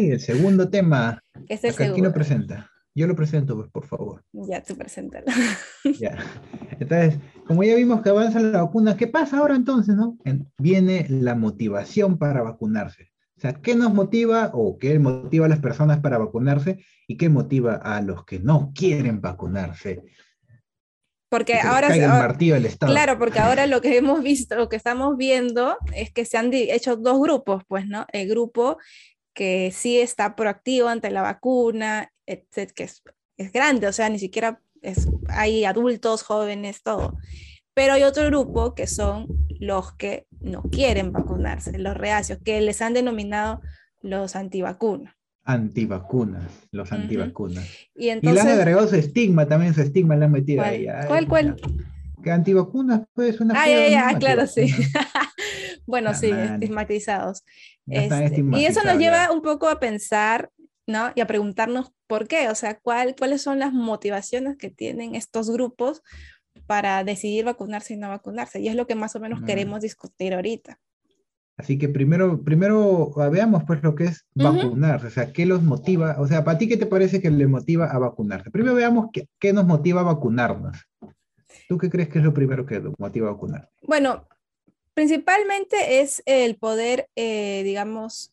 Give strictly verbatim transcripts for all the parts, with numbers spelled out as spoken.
el segundo tema. ¿Qué es el Acá, ¿quién lo segundo? presenta? Yo lo presento, pues, por favor. Ya, tú preséntalo. Ya. Entonces, como ya vimos que avanza la vacuna, ¿qué pasa ahora entonces, no? En- viene la motivación para vacunarse. O sea, ¿qué nos motiva o qué motiva a las personas para vacunarse y qué motiva a los que no quieren vacunarse? Porque Y que les ahora, caiga el ahora- martillo del Estado. claro, porque ahora lo que hemos visto, lo que estamos viendo es que se han di- hecho dos grupos, pues, ¿no? El grupo que sí está proactivo ante la vacuna, etcétera, que es, es grande, o sea, ni siquiera es, hay adultos, jóvenes, todo. Pero hay otro grupo que son los que no quieren vacunarse, los reacios, que les han denominado los antivacunas. Antivacunas, los Ujú. antivacunas. Y Y le han entonces, agregado su estigma, también su estigma le han metido ahí. ¿cuál? Ay, ¿Cuál, cuál? ya. Que antivacunas, pues suena Ah, feo, ya, ¿no? ya, claro, sí. Antivacunas. Bueno, La sí, man, estigmatizados. ya están Este, y eso nos estigmatizados lleva ya. un poco a pensar, ¿no? Y a preguntarnos por qué, o sea, cuál, cuáles son las motivaciones que tienen estos grupos para decidir vacunarse y no vacunarse. Y es lo que más o menos Mm. queremos discutir ahorita. Así que primero, primero ah, veamos pues lo que es Ujú. vacunarse, o sea, qué los motiva, o sea, ¿para ti qué te parece que le motiva a vacunarse? Primero veamos qué, qué nos motiva a vacunarnos. ¿Tú qué crees que es lo primero que nos motiva a vacunar? Bueno, principalmente es el poder, eh, digamos,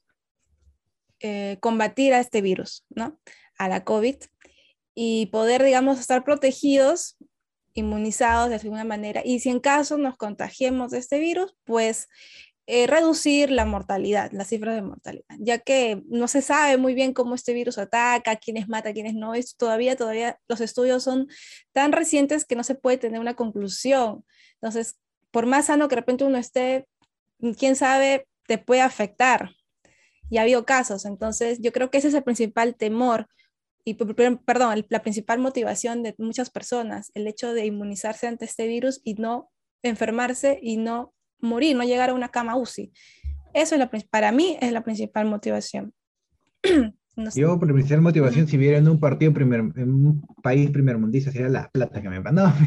eh, combatir a este virus, ¿no? A la COVID y poder, digamos, estar protegidos, inmunizados de alguna manera. Y si en caso nos contagiemos de este virus, pues eh, reducir la mortalidad, las cifras de mortalidad, ya que no se sabe muy bien cómo este virus ataca, quiénes mata, quiénes no. Es todavía, todavía los estudios son tan recientes que no se puede tener una conclusión. Entonces, por más sano que de repente uno esté, quién sabe, te puede afectar. Ya ha habido casos, entonces yo creo que ese es el principal temor y, perdón, la principal motivación de muchas personas, el hecho de inmunizarse ante este virus y no enfermarse y no morir, no llegar a una cama U C I. Eso es la, para mí es la principal motivación. No sé. Yo, por principal Uh motivación, -huh. si viviera en un partido primer, en un país primermundista, sería la plata que me van. No,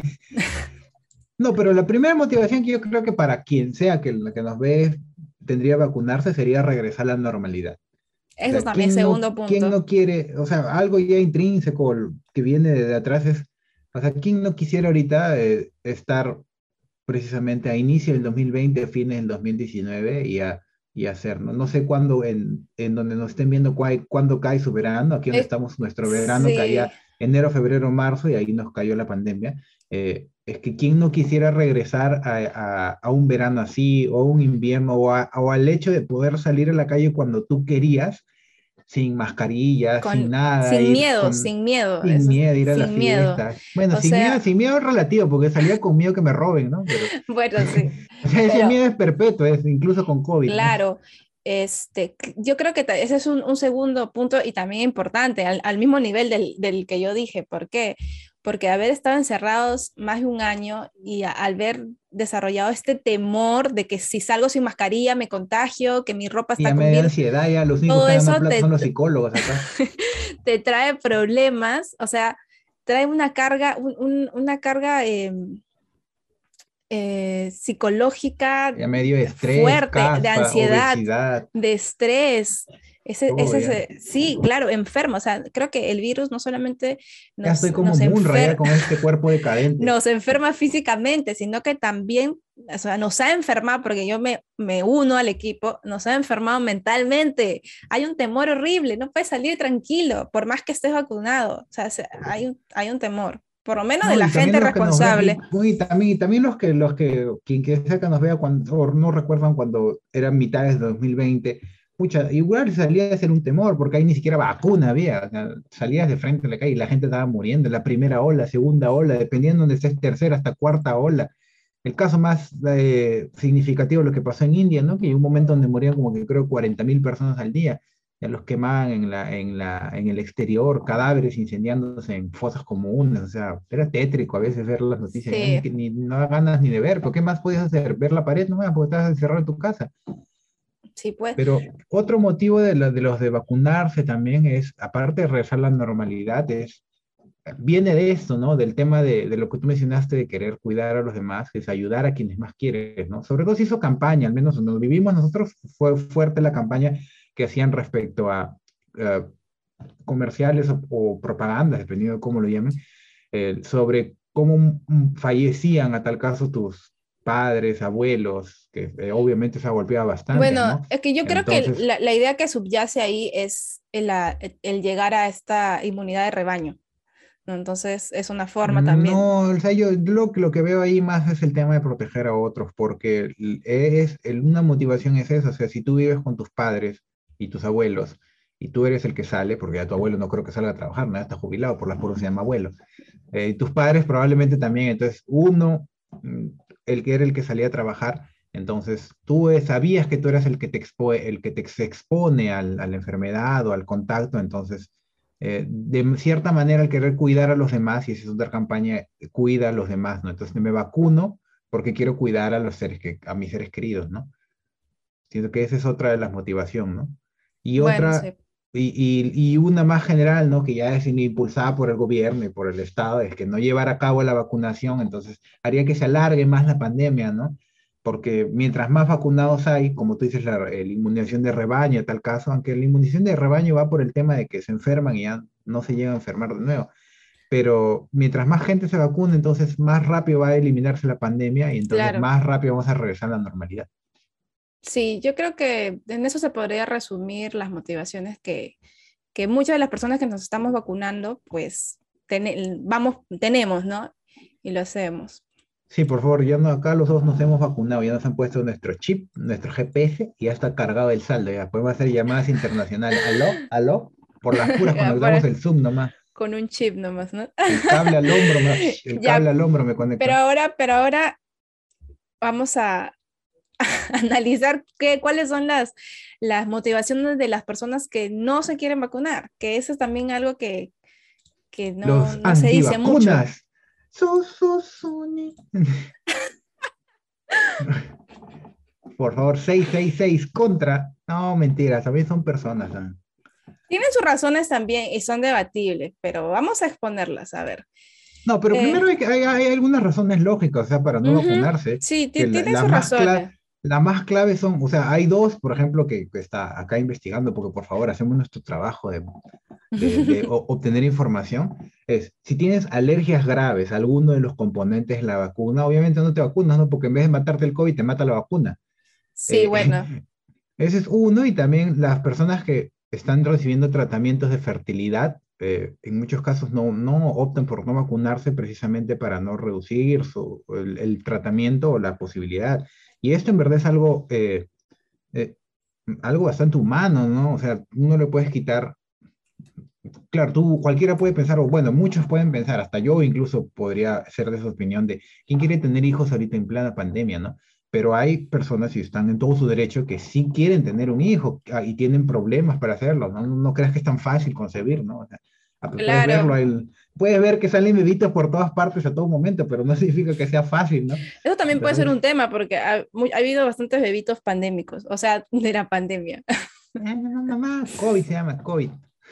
no, pero la primera motivación que yo creo que para quien sea que, la que nos ve tendría vacunarse sería regresar a la normalidad. O Eso sea, también, ¿quién no, segundo quién punto. no quiere, o sea, algo ya intrínseco que viene de atrás es, o sea, ¿quién no quisiera ahorita eh, estar precisamente a inicio del dos mil veinte, fines del dos mil diecinueve y, a, y hacer, ¿no? No sé cuándo en, en donde nos estén viendo cuál, cuándo cae su verano, aquí donde Eh, estamos, nuestro verano sí, caía enero, febrero, marzo y ahí nos cayó la pandemia. Eh, es que quién no quisiera regresar a, a, a un verano así o un invierno o, a, o al hecho de poder salir a la calle cuando tú querías sin mascarilla, sin con, nada, sin ir miedo, con, sin miedo, sin eso, miedo, ir a la sin miedo. fiesta. Bueno, O sin miedo, sea, sin miedo es relativo, porque salía con miedo que me roben, ¿no? Pero, bueno, sí, o sea, ese pero miedo es perpetuo, es incluso con COVID, ¿no? claro, este, yo creo que ese es un, un segundo punto y también importante, al, al mismo nivel del, del, que yo dije. ¿Por qué? Porque haber estado encerrados más de un año y a, al ver desarrollado este temor de que si salgo sin mascarilla me contagio, que mi ropa Y está ya con me dio virus, ansiedad, ya los únicos todo que ganan eso plata son te, los psicólogos acá. te trae problemas, o sea, trae una carga, un, un, una carga... Eh, eh, psicológica Ya me dio estrés, fuerte, de caspa, ansiedad, obesidad, de estrés. Ese, todo ya. ese, sí, claro, enfermo. O sea, creo que el virus no solamente Ya nos, estoy como nos, Munra, ya enfer con este cuerpo decadente. nos enferma físicamente, sino que también, o sea, nos ha enfermado, porque yo me, me uno al equipo, nos ha enfermado mentalmente. Hay un temor horrible, no puedes salir tranquilo, por más que estés vacunado. O sea, hay un, hay un temor, por lo menos de No, la y también gente los que nos ven, responsable. y, y también, y también los que, los que, quien que sea que nos vea cuando, o no recuerdan cuando eran mitades de dos mil veinte, pucha, igual salía a ser un temor, porque ahí ni siquiera vacuna había, o sea, salías de frente a la calle y la gente estaba muriendo, la primera ola, segunda ola, dependiendo de donde estés, tercera hasta cuarta ola. El caso más eh, significativo lo que pasó en India, ¿no? Que hay un momento donde morían como que creo cuarenta mil personas al día, ya los quemaban en la, en la, en el exterior, cadáveres incendiándose en fosas comunes, o sea, era tétrico a veces ver las noticias, ya ni, Sí, que- ni no da ganas ni de ver, pero ¿qué más podías hacer? Ver la pared nomás, porque estabas encerrado en tu casa. sí, pues. Pero otro motivo de, la- de los de vacunarse también es, aparte de regresar a la normalidad, es, viene de esto, ¿no? Del tema de, de lo que tú mencionaste, de querer cuidar a los demás, es ayudar a quienes más quieres, ¿no? Sobre todo se hizo campaña, al menos donde vivimos nosotros fue fuerte la campaña que hacían respecto a eh, comerciales o, o propagandas, dependiendo de cómo lo llamen, eh, sobre cómo mm, fallecían a tal caso tus padres, abuelos, que eh, obviamente se ha golpeado bastante, Bueno, ¿no? es que yo creo que Entonces, la, la idea que subyace ahí es el, la- el llegar a esta inmunidad de rebaño, ¿no? Entonces es una forma también. no, o sea, yo lo, que- lo que veo ahí más es el tema de proteger a otros, porque l- es, el- una motivación es eso, o sea, si tú vives con tus padres y tus abuelos, y tú eres el que sale, porque ya tu abuelo no creo que salga a trabajar, nada, está jubilado, por las puras se llama abuelo, eh, y tus padres probablemente también, entonces uno, mm, el que era el que salía a trabajar, entonces tú eh, sabías que tú eras el que te, expo- el que te se expone al- a la enfermedad o al contacto, entonces eh, de cierta manera al querer cuidar a los demás, y esa es otra campaña, eh, cuida a los demás, ¿no? Entonces me vacuno porque quiero cuidar a los seres que, a mis seres queridos, ¿no? Siento que esa es otra de las motivaciones, ¿no? Y Bueno, otra, sí. y, y, y una más general, ¿no? Que ya es impulsada por el gobierno y por el Estado, es que no llevar a cabo la vacunación, entonces haría que se alargue más la pandemia, ¿no? Porque mientras más vacunados hay, como tú dices, la, la inmunización de rebaño, en tal caso, aunque la inmunización de rebaño va por el tema de que se enferman y ya no se llegan a enfermar de nuevo, pero mientras más gente se vacune, entonces más rápido va a eliminarse la pandemia y entonces Claro. más rápido vamos a regresar a la normalidad. Sí, yo creo que en eso se podría resumir las motivaciones que, que muchas de las personas que nos estamos vacunando, pues tene- vamos, tenemos, ¿no? Y lo hacemos. Sí, por favor, ya no, acá los dos nos hemos vacunado, ya nos han puesto nuestro chip, nuestro G P S y ya está cargado el saldo, ya podemos hacer llamadas internacionales. ¿Aló? ¿Aló? Por las puras conectamos Para- el Zoom nomás. con un chip nomás, ¿no? El cable al hombro, me- el Ya, cable al hombro me pero conecta. ahora, pero ahora vamos a analizar qué, cuáles son las, las motivaciones de las personas que no se quieren vacunar, que eso es también algo que, que no, Los no se dice mucho. antivacunas. Su, su, su, ni. Por favor, seiscientos sesenta y seis contra. No, mentiras, también son personas. ¿No? Tienen sus razones también y son debatibles, pero vamos a exponerlas, a ver. No, pero Eh, primero hay, que- hay, hay algunas razones lógicas, o sea, para no ujú, vacunarse, sí, que ti- la, tienen la sus más cla- razones. la más clave son, o sea, hay dos, por ejemplo, que, que está acá investigando, porque por favor hacemos nuestro trabajo de, de, de o- obtener información, es, si tienes alergias graves a alguno de los componentes de la vacuna, obviamente no te vacunas, ¿no? Porque en vez de matarte el COVID, te mata la vacuna. Sí, Eh, bueno, Ese es uno, y también las personas que están recibiendo tratamientos de fertilidad, eh, en muchos casos no, no optan por no vacunarse precisamente para no reducir su, el, el tratamiento o la posibilidad. Y esto en verdad es algo, eh, eh, algo bastante humano, ¿no? O sea, no le puedes quitar, claro, tú cualquiera puede pensar, o bueno, muchos pueden pensar, hasta yo incluso podría ser de esa opinión de quién quiere tener hijos ahorita en plena pandemia, ¿no? Pero hay personas y están en todo su derecho que sí quieren tener un hijo ah, y tienen problemas para hacerlo, ¿no? No, no creas que es tan fácil concebir, ¿no? O sea, ah, pues puedes verlo, claro. hay- puedes ver que salen bebitos por todas partes a todo momento, pero no significa que sea fácil, ¿no? Eso también puede ser un Entonces, tema porque ha, mu- ha habido bastantes bebitos pandémicos, o sea, de la pandemia. eh, no, mamá, COVID se llama, COVID.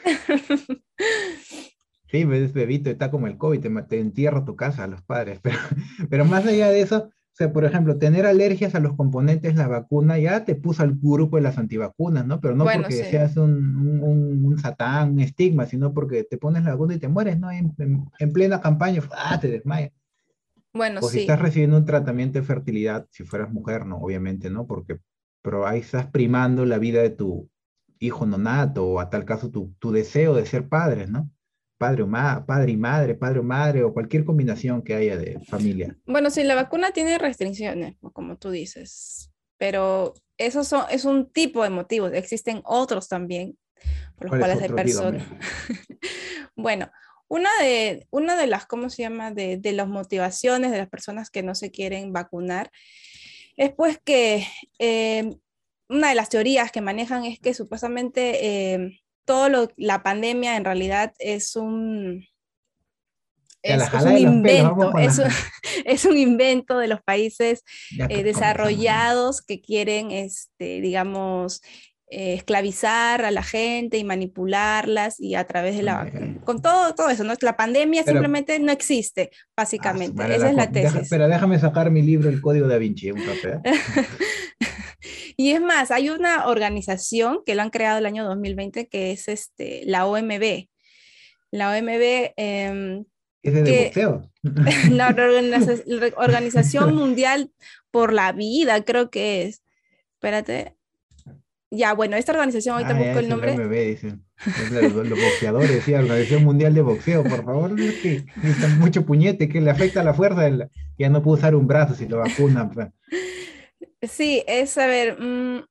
Sí, ves, bebito, está como el COVID, te, ma- te entierra tu casa a los padres, pero, pero más allá de eso, o sea, por ejemplo, tener alergias a los componentes de la vacuna ya te puso al grupo de las antivacunas, ¿no? Pero no Bueno, porque sí. seas un, un, un- un satán, un estigma, sino porque te pones la vacuna y te mueres, ¿no? En, en- en plena campaña, ¡ah! Te desmayas. Bueno, O si estás sí. recibiendo un tratamiento de fertilidad, si fueras mujer, ¿no? Obviamente, ¿no? Porque, pero ahí estás primando la vida de tu hijo nonato, o a tal caso tu, tu deseo de ser padre, ¿no? Padre o ma- padre y madre, padre o madre, o cualquier combinación que haya de familia. Bueno, sí, la vacuna tiene restricciones, pues, como tú dices, pero esos son, es un tipo de motivos. Existen otros también por los ¿Cuál es cuales hay otro? Dígame. personas. Bueno, una de, una de las, ¿cómo se llama? De, de las motivaciones de las personas que no se quieren vacunar es pues que eh, una de las teorías que manejan es que supuestamente eh, todo lo, la pandemia en realidad es un, Ya la es, es jala un de los pelos, vamos invento, con la es un, jala. es un invento de los países Ya eh, pues comenzamos de nuevo. desarrollados que quieren, este, digamos, eh, esclavizar a la gente y manipularlas y a través de la... Eh, Con todo, todo eso, ¿no? La pandemia pero, simplemente no existe, ah, su básicamente. madre, Esa la es co- la deja- tesis. pero déjame sacar mi libro El Código Da Vinci un rato, ¿eh? Y es más, hay una organización que lo han creado el año dos mil veinte que es este, la O M B. La O M B, em, Ese de que boxeo. la Organiza- la Organización Mundial por la Vida, creo que es. Espérate. Ya, bueno, esta organización, ahorita Ah, ya busco el es el nombre. M B, dicen. Es la- los, los boxeadores, sí, la Organización Mundial de Boxeo, por favor, es que necesita mucho puñete, que le afecta a la fuerza. del- Ya no puede usar un brazo si lo vacunan, pues. Sí, es, a ver, mm,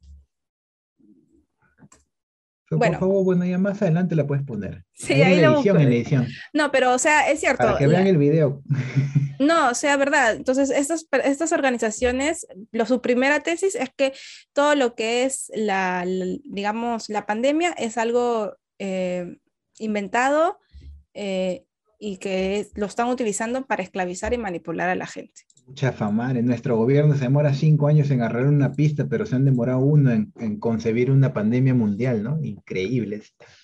Pero por bueno, favor, bueno, ya más adelante la puedes poner. sí, Ahí en ahí la lo busco. edición, en la edición, No, pero, o sea, es para cierto, que vean la- el video. no, o sea, verdad. Entonces, estas, per- estas organizaciones, lo, su primera tesis es que todo lo que es la, la- digamos, la pandemia es algo eh, inventado eh, y que es- lo están utilizando para esclavizar y manipular a la gente. Mucha madre, nuestro gobierno se demora cinco años en agarrar una pista, pero se han demorado uno en, en concebir una pandemia mundial, ¿no? Increíble.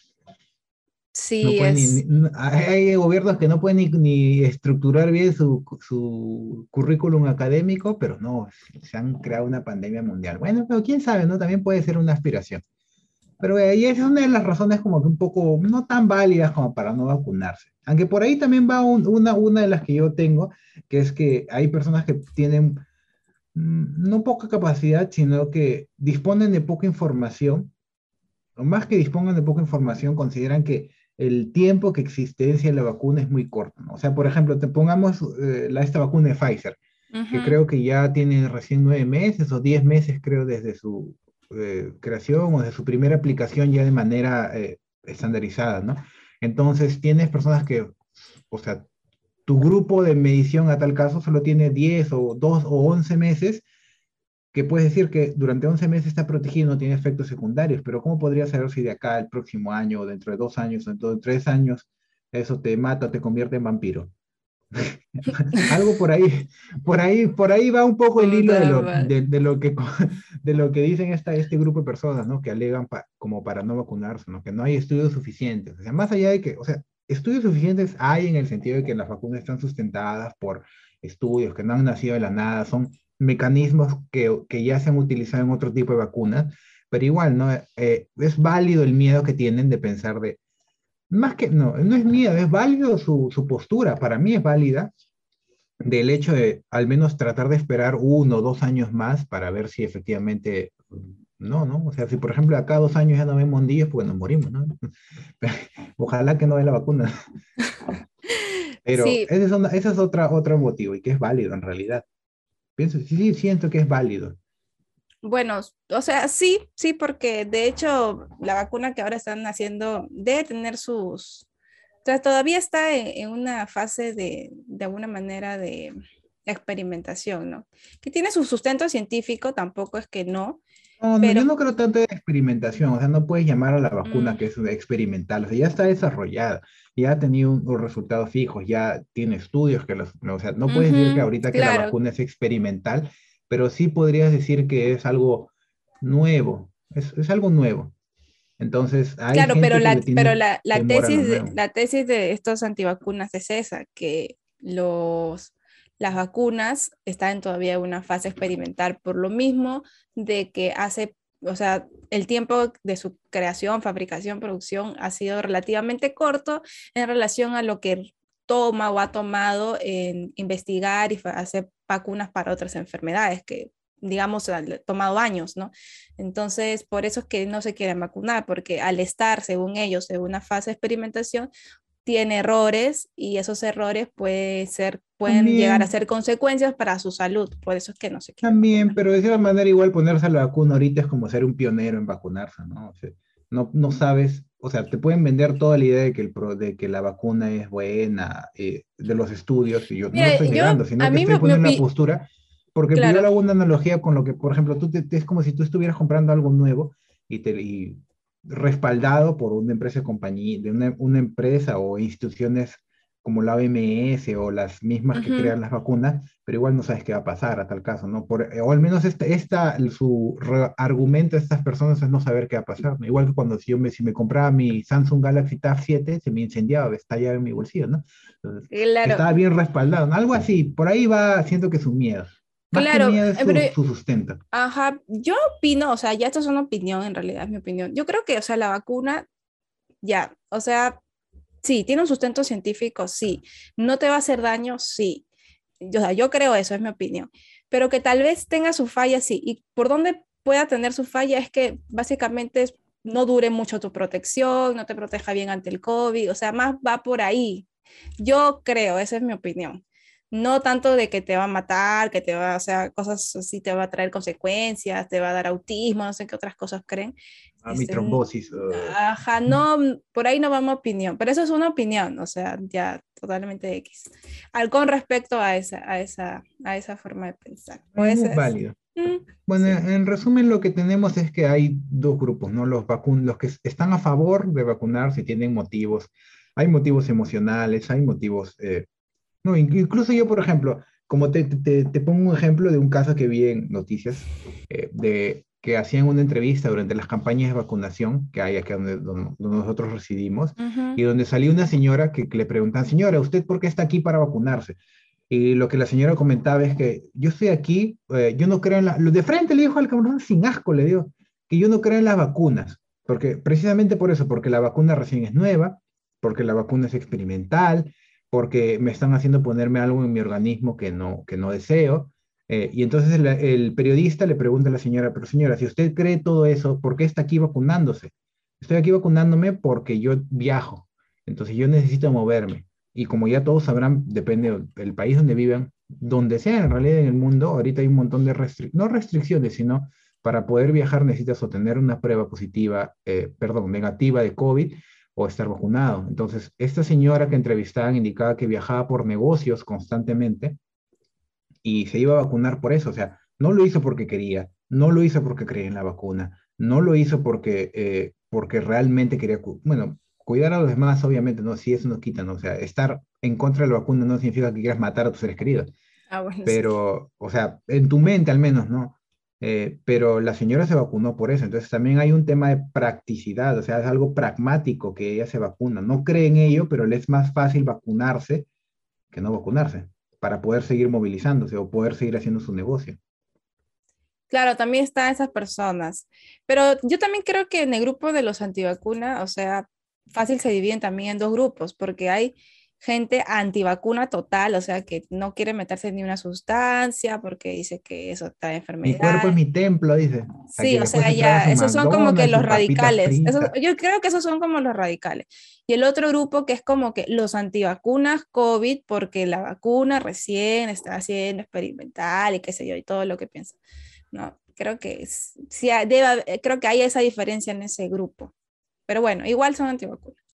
No Sí, pueden ni, es, ni- hay gobiernos que no pueden ni, ni estructurar bien su, su currículum académico, pero no, se han creado una pandemia mundial. Bueno, pero quién sabe, ¿no? También puede ser una aspiración. Pero eh, y esa es una de las razones como que un poco no tan válidas como para no vacunarse. Aunque por ahí también va un- una, una de las que yo tengo, que es que hay personas que tienen mm, no poca capacidad, sino que disponen de poca información, o más que dispongan de poca información, consideran que el tiempo que existencia de la vacuna es muy corto, ¿no? O sea, por ejemplo, te pongamos eh, la, esta vacuna de Pfizer, que ujú. creo que ya tiene recién nueve meses o diez meses, creo, desde su eh, creación o desde su primera aplicación ya de manera eh, estandarizada, ¿no? Entonces, tienes personas que, o sea, tu grupo de medición a tal caso solo tiene diez o dos o once meses, que puedes decir que durante once meses está protegido y no tiene efectos secundarios, pero ¿cómo podrías saber si de acá al próximo año, o dentro de dos años, o dentro de tres años, eso te mata o te convierte en vampiro? Algo por ahí, por ahí, por ahí va un poco el hilo de Puta lo, madre. de, de lo que, de lo que dicen esta, este grupo de personas, ¿no? Que alegan pa- como para no vacunarse, ¿no? Que no hay estudios suficientes. O sea, más allá de que, o sea, estudios suficientes hay en el sentido de que las vacunas están sustentadas por estudios que no han nacido de la nada, son mecanismos que, que ya se han utilizado en otro tipo de vacunas, pero igual, ¿no? Eh, es válido el miedo que tienen de pensar de, más que, no, no es miedo, es válido su, su postura, para mí es válida del hecho de al menos tratar de esperar uno o dos años más para ver si efectivamente, mm, no, ¿no? O sea, si por ejemplo acá dos años ya no ven mondillos, pues nos morimos, ¿no? Ojalá que no dé la vacuna. Pero Sí, ese es, una- ese es otra, otro motivo y que es válido en realidad. Pienso, sí, sí, siento que es válido. bueno, o sea, sí, sí, porque de hecho la vacuna que ahora están haciendo debe tener sus, o sea, todavía está en, en una fase de, de alguna manera de experimentación, ¿no? Que tiene su sustento científico, tampoco es que no, No, no, yo pero no creo tanto de experimentación, o sea, no puedes llamar a la mm, vacuna que es experimental, o sea, ya está desarrollada, ya ha tenido un- unos resultados fijos, ya tiene estudios que los, o sea, no puedes decir que ujú, ahorita que la claro, vacuna es experimental, pero sí podrías decir que es algo nuevo, es, es algo nuevo. Entonces, hay claro, pero gente que la, le pero tiene la, la temor a lo tesis de, nuevo. la tesis de estos antivacunas es esa, que los, las vacunas están todavía en una fase experimental por lo mismo de que hace, o sea, el tiempo de su creación, fabricación, producción ha sido relativamente corto en relación a lo que toma o ha tomado en investigar y fa- hacer vacunas para otras enfermedades que digamos, ha tomado años, ¿no? Entonces, por eso es que no se quieren vacunar, porque al estar, según ellos, en una fase de experimentación, tiene errores y esos errores puede ser, pueden llegar a También, ser consecuencias para su salud. Por eso es que no se quieren también, vacunar. pero de cierta manera igual ponerse la vacuna ahorita es como ser un pionero en vacunarse, ¿no? O sea, no, no sabes, o sea, te pueden vender toda la idea de que, el pro- de que la vacuna es buena, eh, de los estudios, y yo no lo Mira, estoy yo, negando, sino a que mí estoy me, me poniendo la opi- postura, porque yo le claro, hago una analogía con lo que, por ejemplo, tú te, te- es como si tú estuvieras comprando algo nuevo y, te, y respaldado por una empresa de compañía, de una, una empresa o instituciones como la O M S o las mismas que ujú, crean las vacunas, pero igual no sabes qué va a pasar a tal caso, ¿no? Por, eh, o al menos esta, esta su re- argumento de estas personas es no saber qué va a pasar, ¿no? Igual que cuando si yo me, si me compraba mi Samsung Galaxy Tab siete, se me incendiaba, estallaba en mi bolsillo, ¿no? Entonces, claro. estaba bien respaldado, ¿no? Algo así, por ahí va, siento que es un miedo. Más que Claro, miedo es eh, pero, su, su sustento. ajá, yo opino, o sea, ya esto es una opinión, en realidad es mi opinión. Yo creo que, o sea, la vacuna, ya, o sea, sí, tiene un sustento científico, sí. No te va a hacer daño, sí. O sea, yo creo eso, es mi opinión. Pero que tal vez tenga su falla, sí. Y por dónde pueda tener su falla es que básicamente es- no dure mucho tu protección, no te proteja bien ante el COVID, o sea, más va por ahí. Yo creo, esa es mi opinión. No tanto de que te va a matar, que te va, o sea, cosas así te va a traer consecuencias, te va a dar autismo, no sé qué otras cosas creen. A mi Este, trombosis. uh, ajá, no, por ahí no vamos a opinión, pero eso es una opinión, o sea, ya totalmente X. Al, con respecto a esa, a esa, a esa forma de pensar. O es ese es, válido. mm, Bueno, sí. en resumen lo que tenemos es que hay dos grupos, ¿no? Los vacun los que es- están a favor de vacunarse tienen motivos. Hay motivos emocionales, hay motivos eh, no, in- incluso yo, por ejemplo, como te, te, te pongo un ejemplo de un caso que vi en noticias, eh, de que hacían una entrevista durante las campañas de vacunación que hay aquí donde, donde- donde nosotros residimos, y Ujú. donde salió una señora que, que le preguntan, señora, ¿usted por qué está aquí para vacunarse? Y lo que la señora comentaba es que yo estoy aquí, eh, yo no creo en la... Lo de frente le dijo al cabrón sin asco, le digo, que yo no creo en las vacunas, porque precisamente por eso, porque la vacuna recién es nueva, porque la vacuna es experimental, porque me están haciendo ponerme algo en mi organismo que no, que no deseo. Eh, y entonces el, el periodista le pregunta a la señora, pero señora, si usted cree todo eso, ¿por qué está aquí vacunándose? Estoy aquí vacunándome porque yo viajo, entonces yo necesito moverme. Y como ya todos sabrán, depende del país donde vivan, donde sea en realidad en el mundo, ahorita hay un montón de restricciones, no restricciones, sino para poder viajar necesitas o tener una prueba positiva, eh, perdón, negativa de COVID o estar vacunado. Entonces, esta señora que entrevistaban indicaba que viajaba por negocios constantemente y se iba a vacunar por eso. O sea, no lo hizo porque quería, no lo hizo porque creía en la vacuna, no lo hizo porque, eh, porque realmente quería, cu- bueno, cuidar a los demás, obviamente, no, si eso no quita, ¿no? O sea, estar en contra de la vacuna no significa que quieras matar a tus seres queridos, Ah, bueno, sí. pero, o sea, en tu mente al menos, ¿no? Eh, pero la señora se vacunó por eso, entonces también hay un tema de practicidad, o sea, es algo pragmático que ella se vacuna, no cree en ello, pero le es más fácil vacunarse que no vacunarse, para poder seguir movilizándose o poder seguir haciendo su negocio. Claro, también están esas personas. Pero yo también creo que en el grupo de los antivacunas, o sea, fácil se dividen también en dos grupos, porque hay gente antivacuna total, o sea, que no quiere meterse ni una sustancia porque dice que eso trae Mi cuerpo es enfermedad. mi templo, dice, a Sí, quien o después sea, se traga ya, su esos son como que McDonald's, los su papita radicales. Esos- frita. yo creo que esos son como los radicales. Y el otro grupo que es como que los antivacunas COVID, porque la vacuna recién está haciendo experimental y qué sé yo, y todo lo que piensa. No, creo que es- sí, hay- debe haber- creo que hay esa diferencia en ese grupo. Pero bueno, igual son antivacunas.